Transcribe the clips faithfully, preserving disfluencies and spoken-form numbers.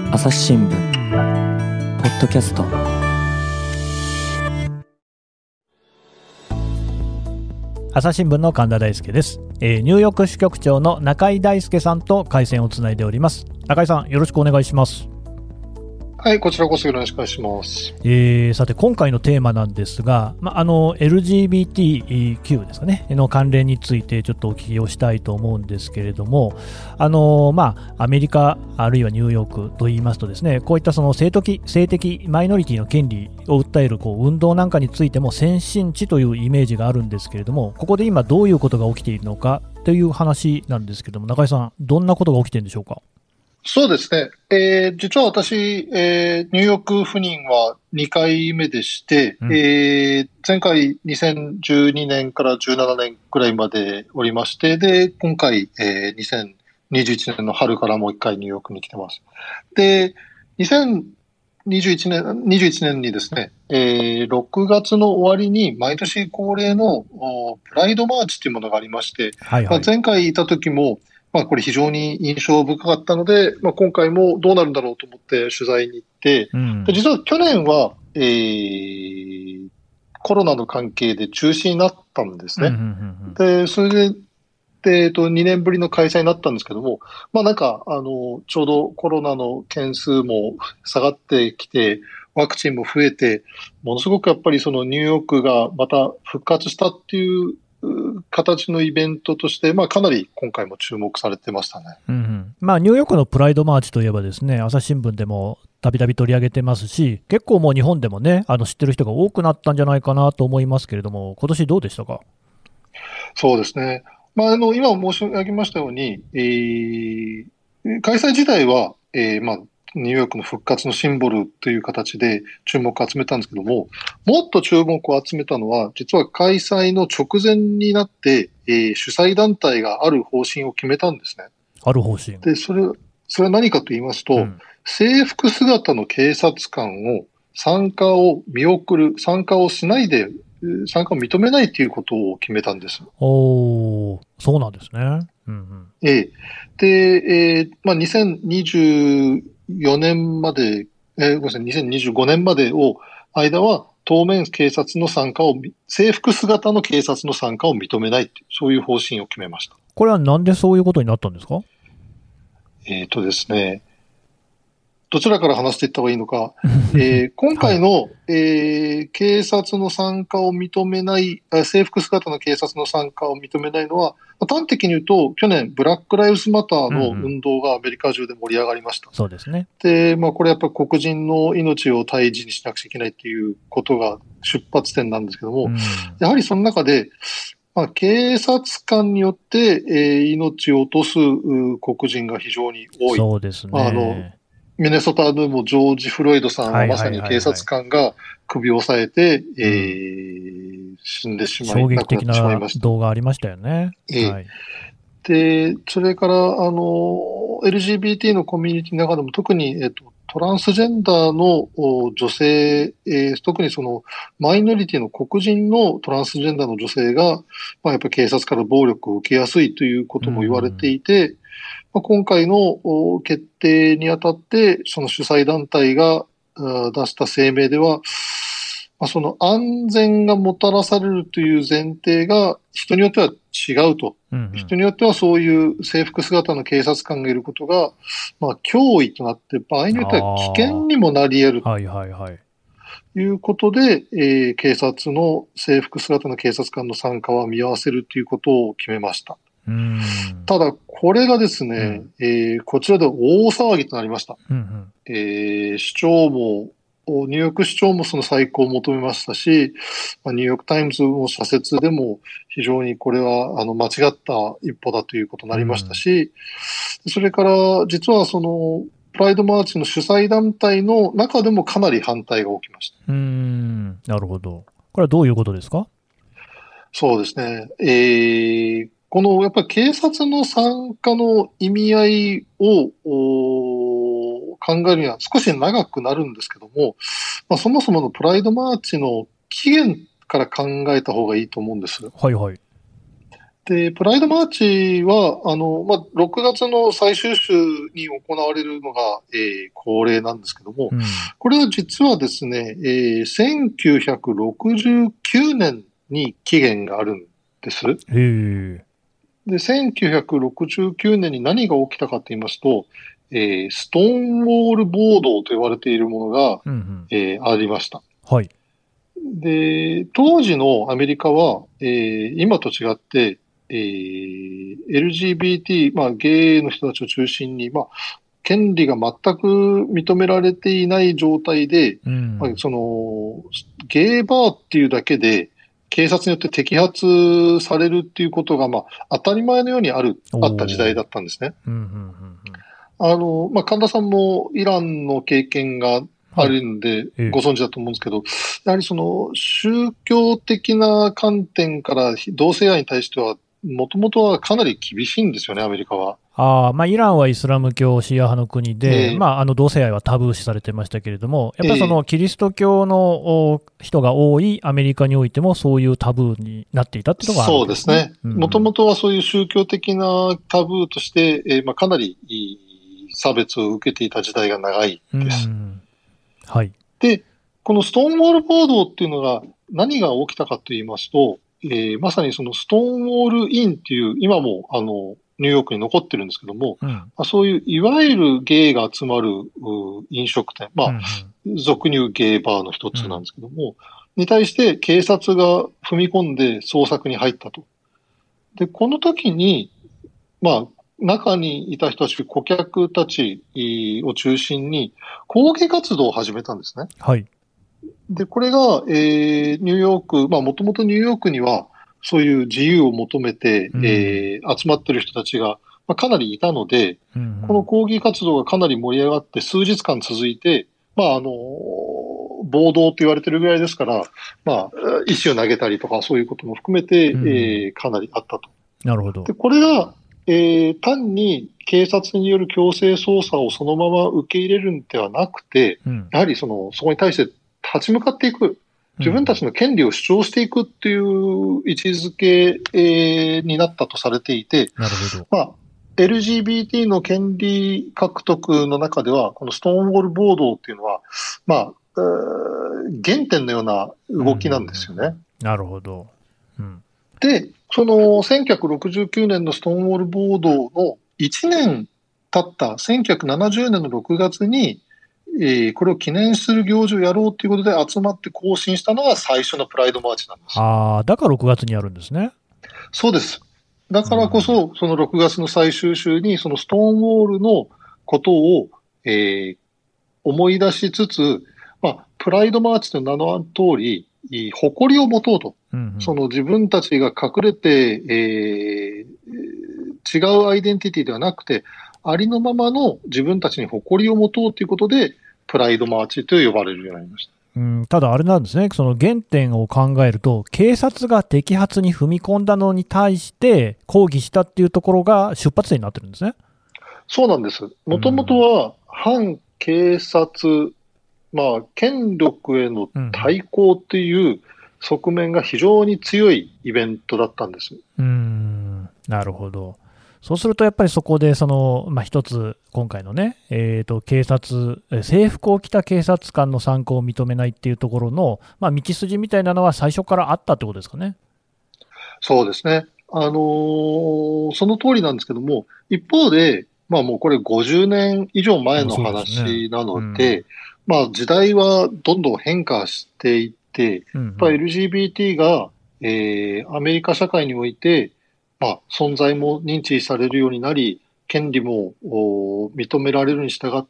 朝日新聞ポッドキャスト。 朝日新聞の神田大輔です、えー、ニューヨーク支局長の中井大輔さんと回線をつないでおります。中井さん、よろしくお願いします。 はい、こちらこそよろしくお願いします。 えー、さて今回のテーマなんですが、ま、あの エルジービーティーキュー ですかねの関連についてちょっとお聞きをしたいと思うんですけれども、あのまあ、アメリカあるいはニューヨークといいますとですね、こういったその性的、性的マイノリティの権利を訴えるこう運動なんかについても先進地というイメージがあるんですけれども、ここで今どういうことが起きているのかという話なんですけども、中井さん、どんなことが起きているんでしょうか。 そうですね。えー、実は私、えー、ニューヨーク赴任はにかいめでして、うん、えー、前回にせんじゅうにねんからじゅうななねんくらいまでおりまして、で、今回、えー、にせんにじゅういちねんの春からもういっかいニューヨークに来てます。で、にせんにじゅういちねん、にじゅういちねんにですね、えー、ろくがつの終わりに毎年恒例のプライドマーチというものがありまして、はいはい、まあ、前回いた時も、まあ、これ非常に印象深かったので、まあ、今回もどうなるんだろうと思って取材に行って、うん、で実は去年は、えー、コロナの関係で中止になったんですね。うんうんうんうん、で、それで、でえっと、にねんぶりの開催になったんですけども、まあなんか、あの、ちょうどコロナの件数も下がってきて、ワクチンも増えて、ものすごくやっぱりそのニューヨークがまた復活したっていう形のイベントとして、まあ、かなり今回も注目されてましたね。 うんうん、まあ、ニューヨークのプライドマーチといえばですね、朝日新聞でもたびたび取り上げてますし、結構もう日本でもね、あの知ってる人が多くなったんじゃないかなと思いますけれども、今年どうでしたか。 そうですね、まあ、あの今申し上げましたように、えー、開催自体は、えーまあニューヨークの復活のシンボルという形で注目を集めたんですけども、もっと注目を集めたのは、実は開催の直前になって、えー、主催団体がある方針を決めたんですね。 ある方針。 で、それ、それは何かと言いますと、うん、制服姿の警察官を参加を見送る、参加をしないで、参加を認めないということを決めたんです。 おー、そうなんですね。うんうん、 ええ。で、えー、まあ、にせんにじゅうよねんまで、えー、ごめんなさい、にせんにじゅうごねんまでを、間は、当面警察の参加を、制服姿の警察の参加を認めないという、そういう方針を決めました。 これはなんでそういうことになったんですか。 えっとですね、どちらから話していった方がいいのか、えー、今回の、はい、えー、警察の参加を認めない、制服姿の警察の参加を認めないのは、端的に言うと、去年、ブラック・ライブズ・マターの運動がアメリカ中で盛り上がりました。うんうん、 そうですね。 で、まあ、これやっぱり黒人の命を大事にしなくちゃいけないっていうことが出発点なんですけども、うん、やはりその中で、まあ、警察官によって、えー、命を落とす黒人が非常に多い。 そうですね。 まあ、あのミネソタでもジョージ・フロイドさんはまさに警察官が首を押さえて、えー、死んでしまい、 衝撃的な動画ありましたよね。 えーはい、で、それから、あの、エルジービーティー のコミュニティの中でも特に、えっと、トランスジェンダーの女性、えー、特にそのマイノリティの黒人のトランスジェンダーの女性が、まあ、やっぱり警察から暴力を受けやすいということも言われていて、まあ、今回の決定にあたって、その主催団体が出した声明では、まあ、その安全がもたらされるという前提が人によっては違うと。うんうん、人によってはそういう制服姿の警察官がいることが、まあ、脅威となって、場合によっては危険にもなり得ると。 はいはいはい。 いうことで、えー、警察の制服姿の警察官の参加は見合わせるということを決めました。 うんただ、これがですね、うんえー、こちらで大騒ぎとなりました。 うんうんえー、市長も、ニューヨーク市長もその再考を求めましたし、ニューヨークタイムズの社説でも非常にこれはあの間違った一歩だということになりましたし、うん、それから実はそのプライドマーチの主催団体の中でもかなり反対が起きました。 うーん、なるほど。これはどういうことですか？ そうですね。えー、このやっぱり警察の参加の意味合いを考えるには少し長くなるんですけども、まあ、そもそものプライドマーチの起源から考えた方がいいと思うんです。 はいはい。 で、プライドマーチは、あの、まあ、ろくがつの最終週に行われるのが、えー恒例なんですけども、 うん、 これは実はですね、えーせんきゅうひゃくろくじゅうきゅうねんに起源があるんです。 へえ。 で、せんきゅうひゃくろくじゅうきゅうねんに何が起きたかと言いますと、えーストーンウォール暴動と言われているものが、 うんうん、 えーありました。 はい。 で、当時のアメリカは、えー今と違って、えー エルジービーティー、まあ、ゲイの人たちを中心に、まあ、権利が全く認められていない状態で、 うんまあ、その、ゲイバーっていうだけで、警察によって摘発されるっていうことが、まあ、当たり前のようにある、あった時代だったんですね。 うんうんうんうんあの、まあ、神田さんもイランの経験があるんでええ、 ご存知だと思うんですけど、やはりその宗教的な観点から同性愛に対しては、もともとはかなり厳しいんですよね、アメリカは。 あーまあ、イランはイスラム教シーア派の国で、 ええまあ、あの同性愛はタブー視されてましたけれども、やっぱりそえのキリスト教のお人が多いアメリカにおいても、そういうタブーになっていたっていうのがあるそんでね。 うですすね。 うんもともとはそういう宗教的なタブーとして、えーまあ、かなりいい差別を受けていた時代が長いです。 うんはい。 で、このストーンウォール暴動っていうのが何が起きたかと言いますと、えーまさにそのストーンウォールインっていう、今もあの、ニューヨークに残ってるんですけども、 うんまあそういういわゆるゲイが集まるう飲食店、まあ、 うん俗に言うゲイバーの一つなんですけども、に対して警察が踏み込んで捜索に入ったと。で、この時に、まあ、中にいた人たち、顧客たちを中心に抗議活動を始めたんですね。 はい。 で、これが、えーニューヨーク、まあ、もともとニューヨークには、そういう自由を求めて、 うんえー集まってる人たちが、まあ、かなりいたので、 うんうんこの抗議活動がかなり盛り上がって数日間続いて、まあ、あの、暴動と言われてるぐらいですから、まあ、石を投げたりとか、そういうことも含めて、 うんえーかなりあったと。 なるほどで、。これが、えー単に警察による強制捜査をそのまま受け入れるんではなくて、 うんやはりその、そこに対して立ち向かっていく、自分たちの権利を主張していくっていう位置づけ、えーになったとされていて、 なるほど。 まあ、エルジービーティー の権利獲得の中では、このストーンウォール暴動っていうのは、まあ、えー原点のような動きなんですよね。 なるほど。うんで、そのせんきゅうひゃくろくじゅうきゅうねんのストーンウォール暴動のいちねん経ったせんきゅうひゃくななじゅうねんのろくがつに、えーこれを記念する行事をやろうということで集まって行進したのが最初のプライドマーチなんです。 ああ、だからろくがつにあるんですね。 そうです。だからこそ、そのろくがつの最終週に、そのストーンウォールのことを、えー思い出しつつ、まあ、プライドマーチの名の通り、いい誇りを持とうと。 うんうんその自分たちが隠れて、えー違うアイデンティティではなくて、ありのままの自分たちに誇りを持とうということで、プライドマーチと呼ばれるようになりました。 うん、ただあれなんですね、その原点を考えると、警察が摘発に踏み込んだのに対して抗議したっていうところが出発点になってるんですね。 そうなんです。もともとは反警察、まあ、権力への対抗っていう側面が非常に強いイベントだったんです。 うーん、なるほど。そうするとやっぱりそこでその、まあ、一つ、今回のね、えーと、警察、えー制服を着た警察官の参考を認めないっていうところの、まあ、道筋みたいなのは最初からあったってことですかね。 そうですね。あのーその通りなんですけども、一方で、まあもうこれごじゅうねん以上前のそうですね話なのうで、まあ時代はどんどん変化していって、 うんうんやっぱり エルジービーティー が、えーアメリカ社会において、まあ存在も認知されるようになり、権利もお認められるに従って、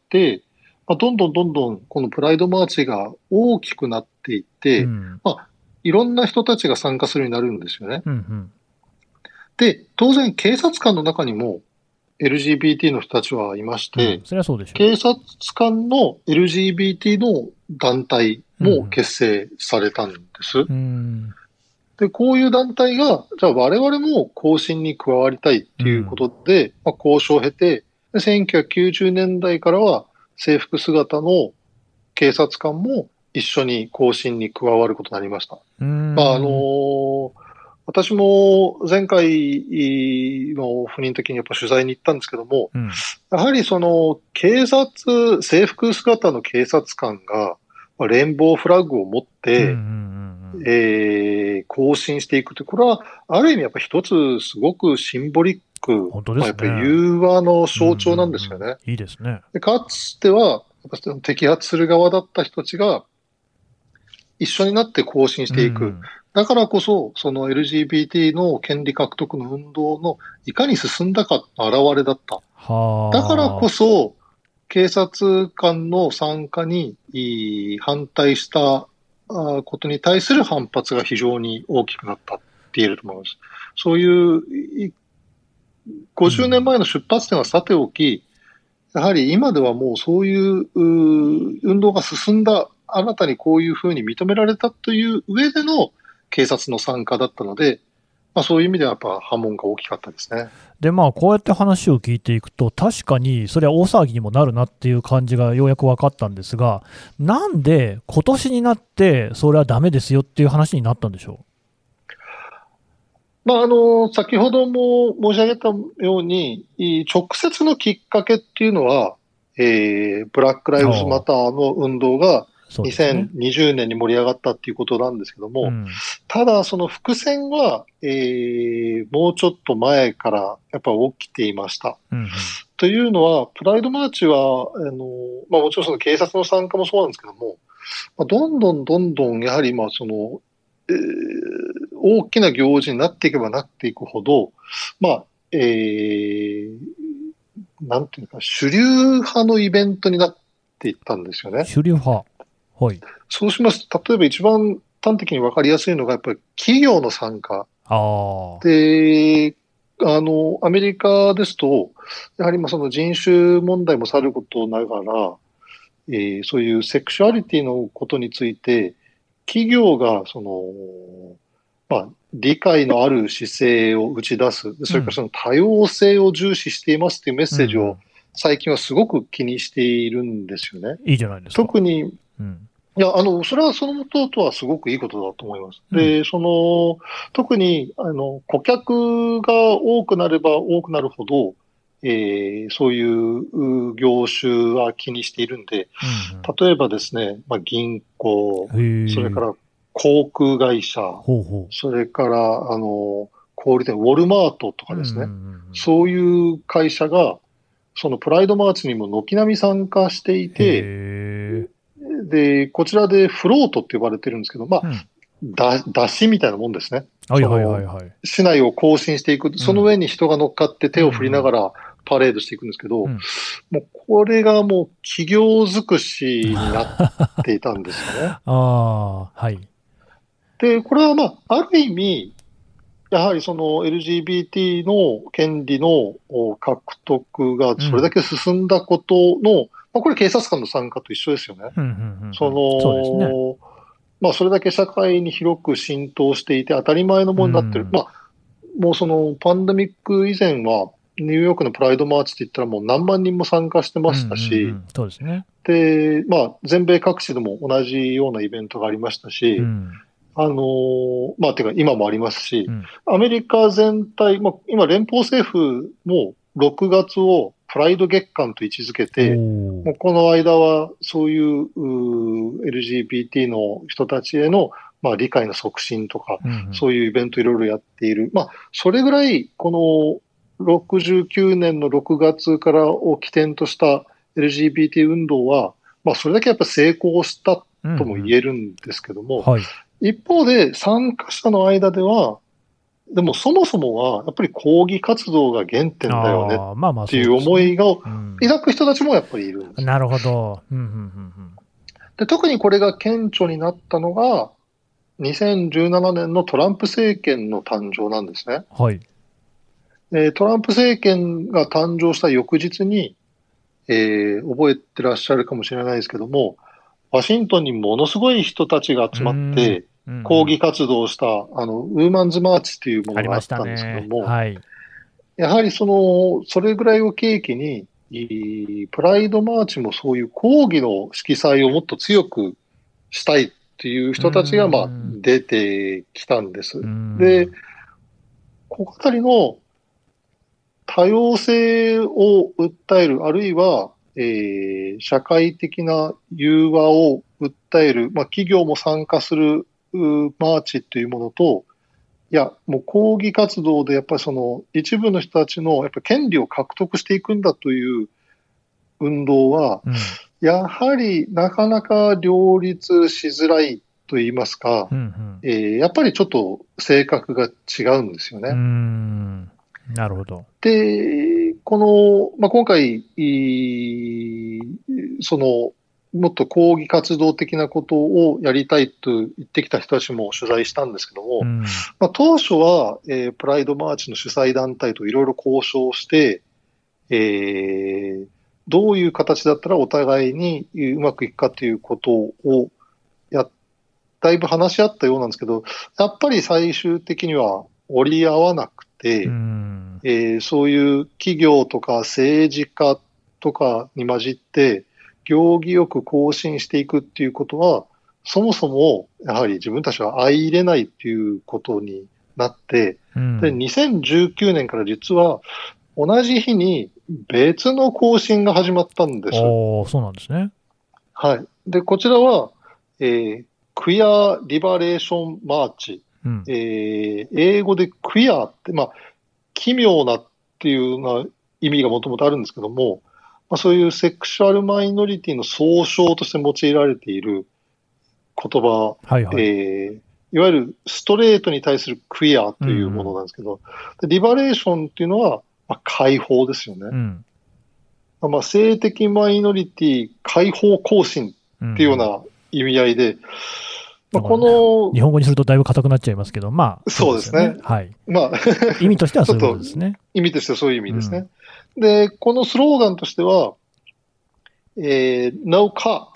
まあ、どんどんどんどんこのプライドマーチが大きくなっていって、 うんまあいろんな人たちが参加するようになるんですよね。 うんうんで、当然警察官の中にも エルジービーティー の人たちはいまして、 うんそれはそうでしょう。 警察官の エルジービーティー の団体も結成されたんです。 うんで、こういう団体が、じゃあ我々も行進に加わりたいっていうことで、まあ、交渉を経て、でせんきゅうひゃくきゅうじゅうねんだいからは制服姿の警察官も一緒に行進に加わることになりました。 うんまあ、あのー私も前回の赴任の時にやっぱ取材に行ったんですけども、 うん、 やはりその警察、制服姿の警察官がレインボーフラッグを持って、えー、行進していくという、これはある意味やっぱ一つすごくシンボリック、 本当ですね。 まあ、やっぱり融和の象徴なんですよね。 うんうんうん、いいですね。 でかつては、摘発する側だった人たちが一緒になって行進していく。うん、だからこそ、その エルジービーティー の権利獲得の運動のいかに進んだかの表れだった。だからこそ、警察官の参加に反対したことに対する反発が非常に大きくなったって言えると思います。そういうごじゅうねんまえの出発点はさておき、やはり今ではもうそういう運動が進んだ、新たにこういうふうに認められたという上での警察の参加だったので、まあ、そういう意味ではやっぱ波紋が大きかったですね。 でまあ、こうやって話を聞いていくと、確かにそれは大騒ぎにもなるなっていう感じがようやく分かったんですが、なんで今年になってそれはダメですよっていう話になったんでしょう。 まあ、あの先ほども申し上げたように、直接のきっかけっていうのは、えー、ブラック・ライブズ・マターの運動がにせんにじゅうねんに盛り上がったっていうことなんですけども、うん、ただ、その伏線は、えー、もうちょっと前からやっぱり起きていました。うんうん、というのは、プライドマーチは、あのまあ、もちろんその警察の参加もそうなんですけども、まあ、どんどんどんどんやはりまあその、えー、大きな行事になっていけばなっていくほど、まあ、えー、なんていうか、主流派のイベントになっていったんですよね。 主流派。はい。 そうしますと、例えば一番端的に分かりやすいのが、やっぱり企業の参加。 あで、あの、アメリカですと、やはりまあその人種問題もさることながら、えー、そういうセクシュアリティのことについて、企業がその、まあ、理解のある姿勢を打ち出す、それからその多様性を重視していますというメッセージを最近はすごく気にしているんですよね。 いいじゃないですか。 特に、うん、いや、あの、それはその元とはすごくいいことだと思います。うん、で、その、特に、あの、顧客が多くなれば多くなるほど、えー、そういう業種は気にしているんで、うんうん、例えばですね、まあ、銀行、それから航空会社、 ほうほう、 それから、あの、小売店、ウォルマートとかですね、うんうんうん、そういう会社が、そのプライドマーチにも軒並み参加していて、で、こちらでフロートって呼ばれてるんですけど、まあ、うん、だ、出しみたいなもんですね。 はいはいはいはい。 市内を行進していく、その上に人が乗っかって手を振りながらパレードしていくんですけど、うんうん、もうこれがもう企業尽くしになっていたんですよね。 ああ、はい。 で、これはまあ、ある意味、やはりその エルジービーティー の権利の獲得がそれだけ進んだことの、うん、まあ、これ警察官の参加と一緒ですよね。 うんうんうん、 その、そうですね。まあ、それだけ社会に広く浸透していて当たり前のものになってる。うん、まあ、もうそのパンデミック以前は、ニューヨークのプライドマーチって言ったらもう何万人も参加してましたし、うんうんうん、 そうですね。 で、まあ、全米各地でも同じようなイベントがありましたし、うん、あのー、まあ、てか今もありますし、うん、アメリカ全体、まあ、今連邦政府もろくがつをプライド月間と位置づけて、もうこの間はそういう、う エルジービーティー の人たちへの、まあ、理解の促進とか、うんうん、そういうイベントいろいろやっている。まあ、それぐらい、このろくじゅうきゅうねんのろくがつからを起点とした エルジービーティー 運動は、まあ、それだけやっぱ成功したとも言えるんですけども、うんうん、はい、一方で参加者の間では、でもそもそもはやっぱり抗議活動が原点だよねっていう思いが抱く人たちもやっぱりいるんです。 なるほど、うんうんうんうん、 で。特にこれが顕著になったのがにせんじゅうななねんのトランプ政権の誕生なんですね。 はい、 でトランプ政権が誕生した翌日に、えー、覚えてらっしゃるかもしれないですけども、ワシントンにものすごい人たちが集まって抗議活動をした、あの、ウーマンズマーチというものがあったんですけども、 はい、 やはりその、それぐらいを契機に、プライドマーチもそういう抗議の色彩をもっと強くしたいっていう人たちが、まあ、出てきたんです。で、 ここあたりの多様性を訴える、あるいは、えー、社会的な融和を訴える、まあ、企業も参加するマーチというものと、いや、もう抗議活動でやっぱりその一部の人たちのやっぱ権利を獲得していくんだという運動は、うん、やはりなかなか両立しづらいと言いますか、うんうんえー、やっぱりちょっと性格が違うんですよね。 うーんなるほど。 で、この、まあ、今回、その、もっと抗議活動的なことをやりたいと言ってきた人たちも取材したんですけども、うんまあ、当初は、えー、プライドマーチの主催団体といろいろ交渉して、えー、どういう形だったらお互いにうまくいくかということをや、だいぶ話し合ったようなんですけど、やっぱり最終的には折り合わなくて、うんえー、そういう企業とか政治家とかに混じって、行儀よく更新していくっていうことは、そもそもやはり自分たちは相入れないっていうことになって、うん、でにせんじゅうきゅうねんから実は同じ日に別の更新が始まったんです。 おー、そうなんですね。 はい。で、こちらは、えー、クイアリバレーションマーチ。うんえー、英語でクイアって、まあ、奇妙なっていうような意味がもともとあるんですけども、まあ、そういうセクシュアルマイノリティの総称として用いられている言葉、はいはいえー、いわゆるストレートに対するクイアというものなんですけど、うん、でリバレーションっていうのは、まあ、解放ですよね。うんまあ、性的マイノリティ解放行進っていうような意味合いで、うんまあ、この日本語にするとだいぶ硬くなっちゃいますけど、まあ、 そうですね。 はい。 まあ、 意味としてはそういうことですね。 意味としてはそういう意味ですね。うん、で、このスローガンとしては、えー、No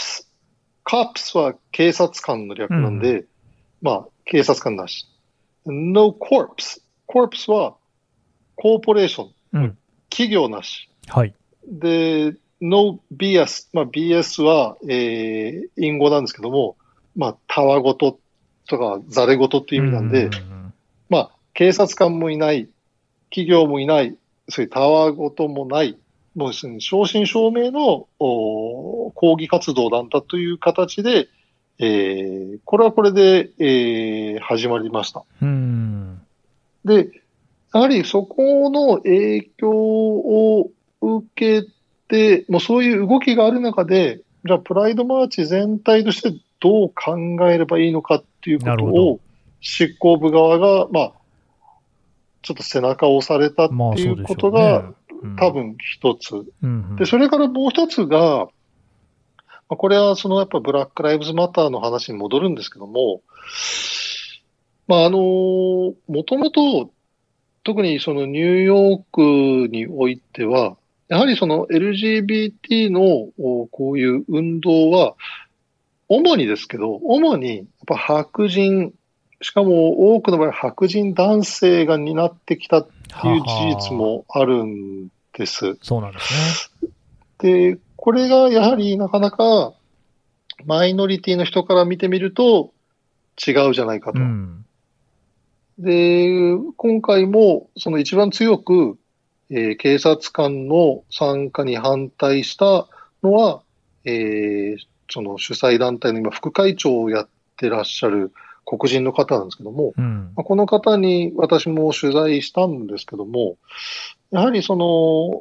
cops。cops は警察官の略なんで、うん、まあ、警察官なし。No corpse。corpse はコーポレーション。うん、企業なし。 はい。 で、No ビーエス。まあ、ビーエス は、えー、隠語なんですけども、まあ、たわごととか、ざれごとっていう意味なんで、うんうんうん、まあ、警察官もいない、企業もいない、そういうたわごともない、もうですね、正真正銘の抗議活動なんだという形で、えー、これはこれで、えー、始まりました。うんで、やはりそこの影響を受けて、もうそういう動きがある中で、じゃあプライドマーチ全体としてどう考えればいいのかっていうことを執行部側が、まあ、ちょっと背中を押されたっていうことが、まあねうん、多分一つ、うんうん。で、それからもう一つが、これはそのやっぱブラック・ライブズ・マターの話に戻るんですけども、まああの、もともと特にそのニューヨークにおいては、やはりその エルジービーティー のこういう運動は、主にですけど、主にやっぱ白人、しかも多くの場合白人男性が担ってきたっていう事実もあるんです。ははそうなんですね。 で、これがやはりなかなかマイノリティの人から見てみると違うじゃないかと。うん、で、今回もその一番強く、えー、警察官の参加に反対したのは、えー、その主催団体の今副会長をやってらっしゃる黒人の方なんですけども、うんまあ、この方に私も取材したんですけども、やはりその、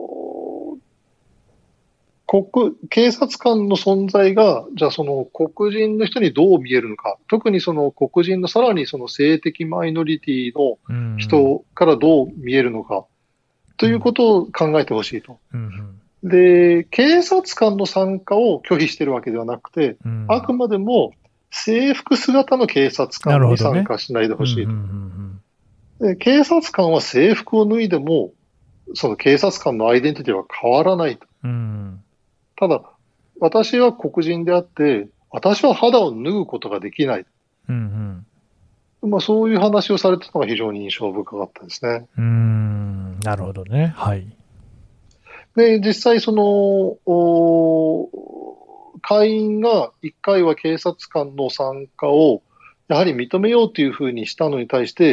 国、警察官の存在が、じゃあその黒人の人にどう見えるのか、特にその黒人のさらにその性的マイノリティの人からどう見えるのか、ということを考えてほしいと。うんうん、で、警察官の参加を拒否しているわけではなくて、うん、あくまでも制服姿の警察官に参加しないでほしいと。で、警察官は制服を脱いでも、その警察官のアイデンティティは変わらないと。うんただ、私は黒人であって、私は肌を脱ぐことができない。うんうんまあ、そういう話をされてたのが非常に印象深かったですね。 うーんなるほどね。はい。 で、実際その、会員がいっかいは警察官の参加をやはり認めようというふうにしたのに対して、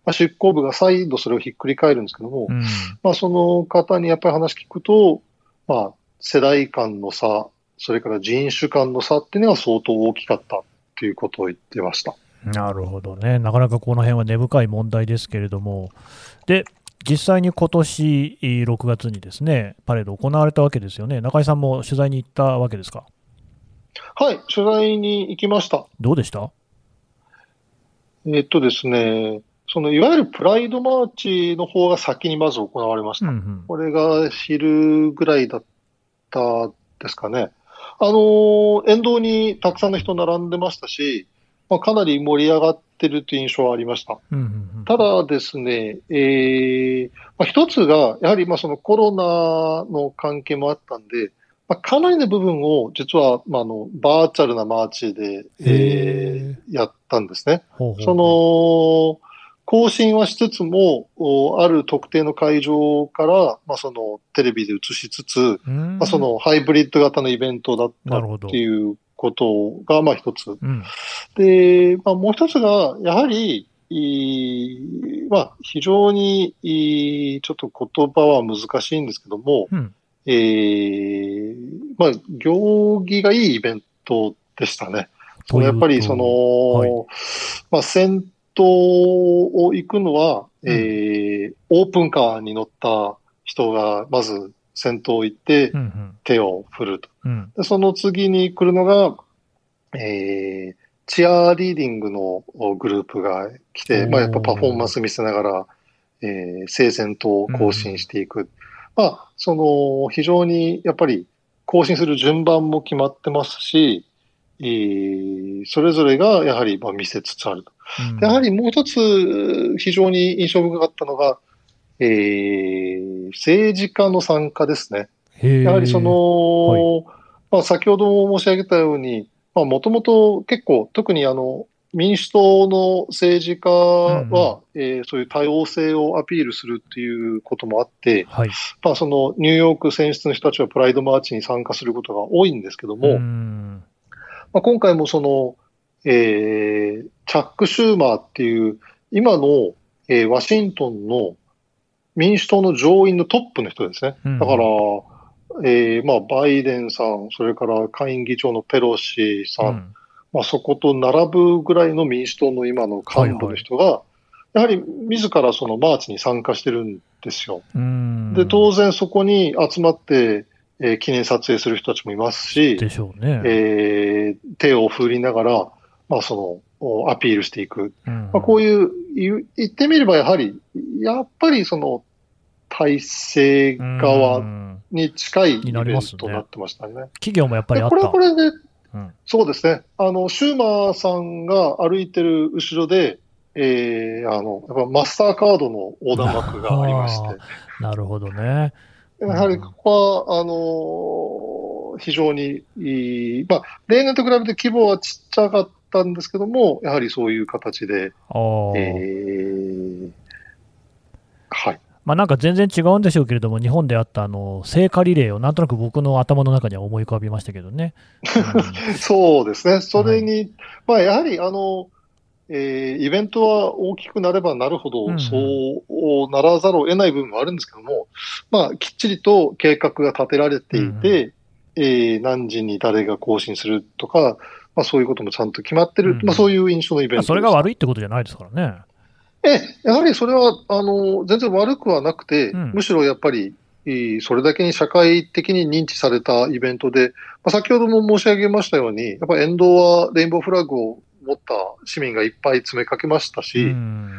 まあ、執行部が再度それをひっくり返るんですけども、 うん、 まあ、その方にやっぱり話聞くと、まあ、世代間の差、それから人種間の差っていうのが相当大きかったということを言ってました。 なるほどね。なかなかこの辺は根深い問題ですけれども、で、実際に今年ろくがつにですね、パレード行われたわけですよね。中井さんも取材に行ったわけですか？ はい、取材に行きました。 どうでした？ えっとですね、そのいわゆるプライドマーチの方が先にまず行われました。 うんうん、 これが昼ぐらいだったですかね。あの、沿道にたくさんの人並んでましたし、まあ、かなり盛り上がってるという印象はありました。 うんうんうん、 ただですね、えーまあ、一つが、やはりまあそのコロナの関係もあったんで、まあ、かなりの部分を実は、まあ、あのバーチャルなマーチで、えー、やったんですね。 ほうほうほう、 その更新はしつつも、ある特定の会場から、まあ、そのテレビで映しつつ、まあ、そのハイブリッド型のイベントだったっていうことが、まあ一つ。 うん、 で、まあ、もう一つが、やはり、いまあ、非常にいちょっと言葉は難しいんですけども、 うん、 えー、まあ、行儀がいいイベントでしたね。そのやっぱりその、はい、まあ、先頭を行くのは、うん、えー、オープンカーに乗った人がまず先頭行って手を振ると。 うんうん、 でその次に来るのが、えー、チアリーディングのグループが来て、まあ、やっぱパフォーマンス見せながら、えー、聖戦と更新していく。うん、まあ、その、非常にやっぱり更新する順番も決まってますし、えー、それぞれがやはりまあ見せつつあると。うん、やはりもう一つ非常に印象深かったのが、えー、政治家の参加ですね。やはりその、はい、まあ、先ほども申し上げたように、もともと結構、特にあの、民主党の政治家は、うんうん、えー、そういう多様性をアピールするっていうこともあって、はい、まあ、そのニューヨーク選出の人たちはプライドマーチに参加することが多いんですけども、うんまあ、今回もその、えー、チャック・シューマーっていう今の、えー、ワシントンの民主党の上院のトップの人ですね。だから、うんえー、まあ、バイデンさん、それから下院議長のペロシさん、うん、まあ、そこと並ぶぐらいの民主党の今の幹部の人が、はいはい、やはり自らそのマーチに参加してるんですよ。で、当然そこに集まって、えー、記念撮影する人たちもいますし、 でしょうね。 えー、手を振りながら、まあ、その、アピールしていく。うんまあ、こういう、言ってみればやはり、やっぱりその、体制側に近いイベントになってましたね。 企業もやっぱりあった。 これはこれで、うん、そうですね。あの、シューマーさんが歩いてる後ろで、えー、あの、やっぱマスターカードの横断幕がありまして。 なるほどね。 やはりここは、あの、非常にいい、まあ、例年と比べて規模はちっちゃかったんですけども、やはりそういう形で、えー、はい。 まあ、なんか全然違うんでしょうけれども、日本であったあの聖火リレーをなんとなく僕の頭の中には思い浮かびましたけどね。 うん、そうですね。それに、はい、まあ、やはりあの、えー、イベントは大きくなればなるほど、そうならざるを得ない部分もあるんですけども、まあ、きっちりと計画が立てられていて、うんえー、何時に誰が更新するとか、まあ、そういうこともちゃんと決まってる、うん、まあ、そういう印象のイベントです。 それが悪いってことじゃないですからね。 ええ、やはりそれは、あの、全然悪くはなくて、うん、むしろやっぱり、それだけに社会的に認知されたイベントで、まあ、先ほども申し上げましたように、やっぱり沿道はレインボーフラッグを持った市民がいっぱい詰めかけましたし、うん、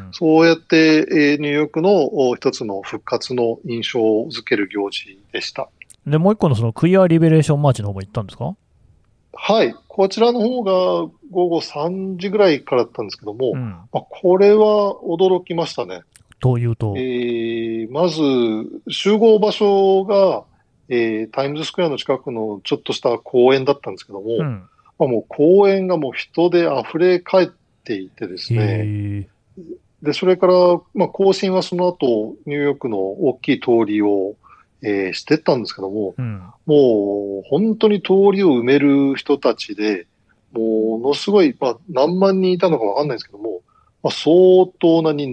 そうやって、えー、ニューヨークの一つの復活の印象をづける行事でした。 で、もう一個のそのクイアリベレーションマーチの方も行ったんですか？ はい。こちらの方が午後さんじぐらいからだったんですけども、うん、まあ、これは驚きましたね。 というと、 えー、まず、集合場所が、えー、タイムズスクエアの近くのちょっとした公園だったんですけども、うん、まあ、もう公園がもう人で溢れ返っていてですね、で、それから、まあ、行進はその後、ニューヨークの大きい通りを、えー、してったんですけども、うん、もう本当に通りを埋める人たちで、ものすごい、まあ、何万人いたのかわかんないですけども、まあ、相当な人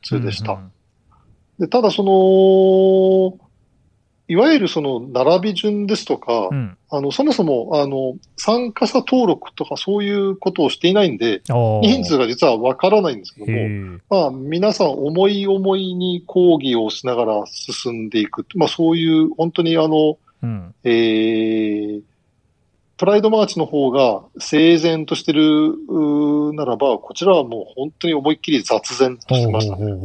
つでした。 うんうん、 でただその、いわゆるその並び順ですとか、うん、あのそもそもあの参加者登録とかそういうことをしていないんで、人数が実はわからないんですけども、まあ、皆さん思い思いに講義をしながら進んでいく、まあ、そういう本当にあの、うん、えー、プライドマーチの方が整然としてるならば、こちらはもう本当に思いっきり雑然としてましたね。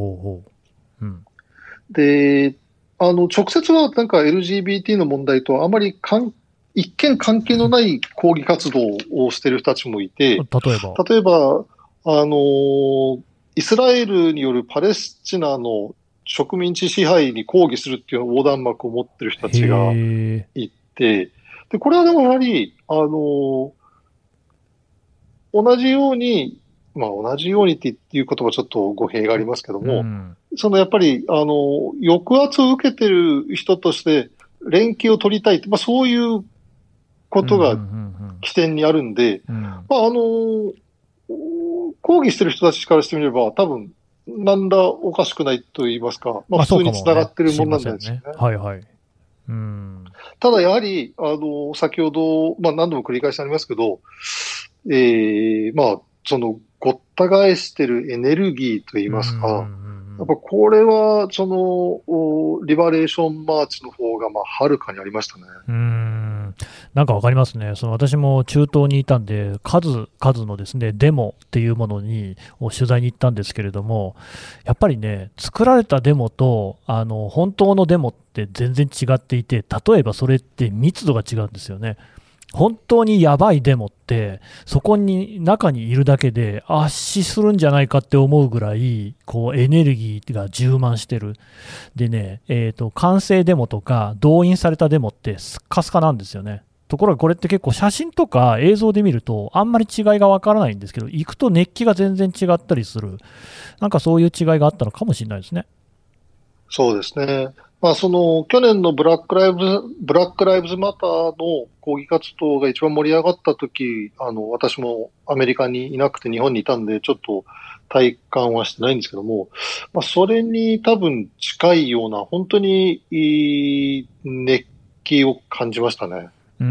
で、あの、直接はなんか エルジービーティー の問題とあまりかん一見関係のない抗議活動をしている人たちもいて、例えば、例えば、あの、イスラエルによるパレスチナの植民地支配に抗議するっていう横断幕を持ってる人たちがいて、で、これはでもやはり、あの、同じように、まあ同じようにっていう言葉はちょっと語弊がありますけども、うん、そのやっぱり、あの、抑圧を受けてる人として連携を取りたいって、まあそういうことが起点にあるんで、まああの、抗議してる人たちからしてみれば、多分、なんだおかしくないと言いますか、まあ普通に繋がってるものなんですよね。 まあ、ねはいはい。うん、 ただやはり、あの、先ほど、まあ何度も繰り返しありますけど、えー、まあ、その、ごった返してるエネルギーと言いますか、やっぱこれは、その、リバレーションマーチの方が、まあ、はるかにありましたね。 うーん。なんかわかりますね。その私も中東にいたんで、数々のですね、デモっていうものに、を取材に行ったんですけれども、やっぱりね、作られたデモと、あの、本当のデモって全然違っていて、例えばそれって密度が違うんですよね。本当にやばいデモって、そこに中にいるだけで圧死するんじゃないかって思うぐらい、こうエネルギーが充満してる。でね、えーと、完成デモとか動員されたデモってスッカスカなんですよね。ところがこれって結構写真とか映像で見るとあんまり違いがわからないんですけど、行くと熱気が全然違ったりする。なんかそういう違いがあったのかもしれないですね。 そうですね。まあ、その、去年のブラックライブズ、ブラックライブズマターの抗議活動が一番盛り上がった時、あの、私もアメリカにいなくて日本にいたんで、ちょっと体感はしてないんですけども、まあ、それに多分近いような、本当にいい熱気を感じましたね。 うん。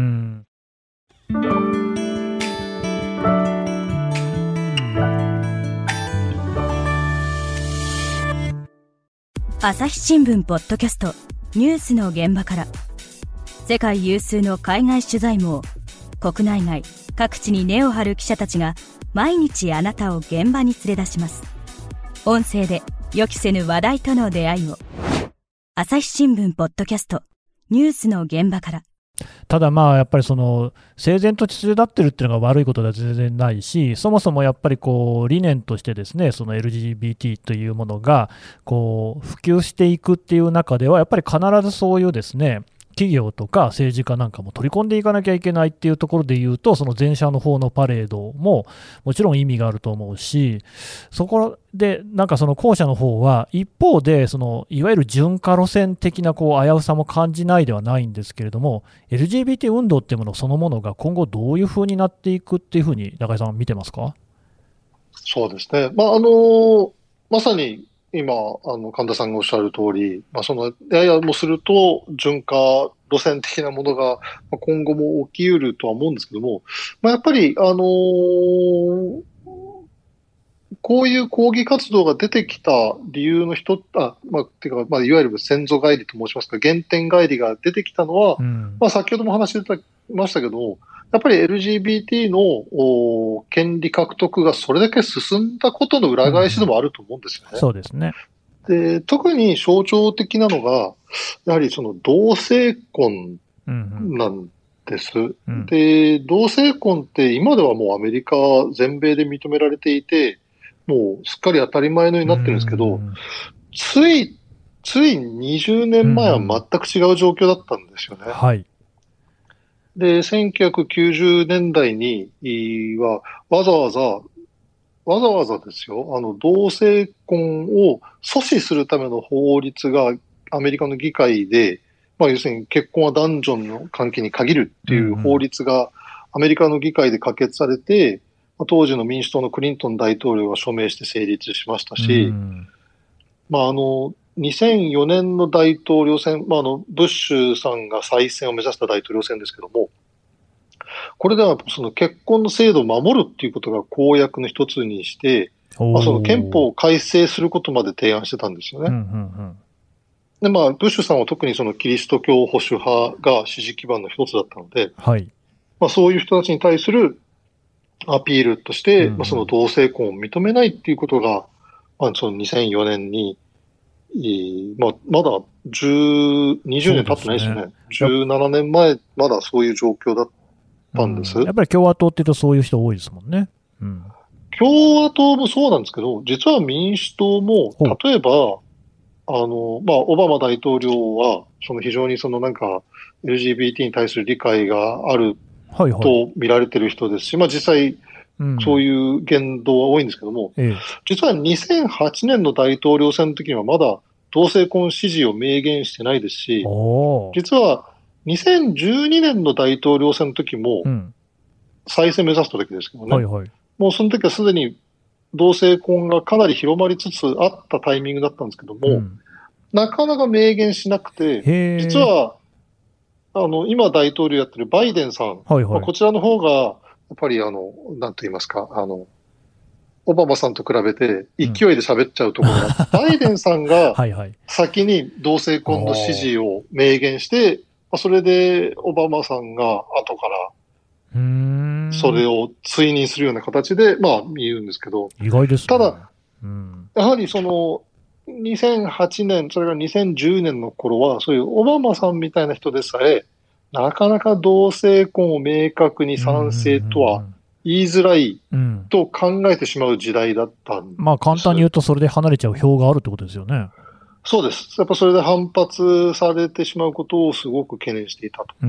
朝日新聞ポッドキャストニュースの現場から、世界有数の海外取材網、国内外各地に根を張る記者たちが毎日あなたを現場に連れ出します。音声で予期せぬ話題との出会いを。朝日新聞ポッドキャストニュースの現場から。 ただまあやっぱりその整然と秩序立ってるっていうのが悪いことでは全然ないし、そもそもやっぱりこう理念としてですね、その エルジービーティー というものがこう普及していくっていう中ではやっぱり必ずそういうですね、企業とか政治家なんかも取り込んでいかなきゃいけないっていうところでいうと、その前者の方のパレードももちろん意味があると思うし、そこでなんかその後者の方は一方でそのいわゆる順化路線的なこう危うさも感じないではないんですけれども、 エルジービーティー 運動っていうものそのものが今後どういうふうになっていくっていうふうに中井さんは見てますか？ そうですね。まああのまさに今、あの、神田さんがおっしゃる通り、まあ、その、ややもすると、循化路線的なものが今後も起きうるとは思うんですけども、まあ、やっぱり、あのー、こういう抗議活動が出てきた理由の一つ、あ、まあ、てか、まあ、いわゆる先祖返りと申しますか、原点返りが出てきたのは、うん、まあ、先ほども話してましたけども、やっぱり エルジービーティー の権利獲得がそれだけ進んだことの裏返しでもあると思うんですよね。 うん、そうですね。 で、特に象徴的なのが、やはりその同性婚なんです。うんうん、で、同性婚って今ではもうアメリカ全米で認められていて、もうすっかり当たり前のようになってるんですけど、うん、つい、ついにじゅうねんまえは全く違う状況だったんですよね。 うん、はい。 で、せんきゅうひゃくきゅうじゅうねんだいには、わざわざ、わざわざですよ、あの、同性婚を阻止するための法律がアメリカの議会で、まあ、要するに結婚は男女の関係に限るっていう法律がアメリカの議会で可決されて、当時の民主党のクリントン大統領が署名して成立しましたし、 まあ、あの、にせんよねんの大統領選、まあ、あの、ブッシュさんが再選を目指した大統領選ですけども、これではその結婚の制度を守るっていうことが公約の一つにして、まあ、その憲法を改正することまで提案してたんですよね。 うんうんうん、 で、まあ、ブッシュさんは特にそのキリスト教保守派が支持基盤の一つだったので、 はい、まあ、そういう人たちに対するアピールとして、うんうん、まあ、その同性婚を認めないっていうことが、まあ、そのにせんよねんに、まあ、まだじゅう、にじゅうねん経ってないですよね。じゅうななねんまえ、まだそういう状況だったんです。 うん、やっぱり共和党っていうとそういう人多いですもんね。うん、 共和党もそうなんですけど、実は民主党も、例えば、あの、まあ、オバマ大統領は、その非常にそのなんか、エルジービーティー に対する理解があると見られてる人ですし、はいはい、まあ実際、そういう言動は多いんですけども、うん、実はにせんはちねんの大統領選の時にはまだ同性婚支持を明言してないですし、実はにせんじゅうにねんの大統領選の時も、再選目指した時ですけどね、うんはいはい、もうその時はすでに同性婚がかなり広まりつつあったタイミングだったんですけども、うん、なかなか明言しなくて、実は、あの、今大統領やってるバイデンさん、はいはい、まあ、こちらの方が、やっぱりあの、なんと言いますか、あの、オバマさんと比べて勢いで喋っちゃうところが、うん、バイデンさんが先に同性婚の支持を明言して、まあ、それでオバマさんが後からそれを追認するような形で、まあ言うんですけど、 意外ですね。 ただ、うん、やはりその、にせんはちねん、それがにせんじゅうねんの頃は、そういうオバマさんみたいな人でさえ、なかなか同性婚を明確に賛成とは言いづらいと考えてしまう時代だったんです、うん、 まあ簡単に言うとそれで離れちゃう票があるってことですよね。 そうです。やっぱそれで反発されてしまうことをすごく懸念していたと。うん、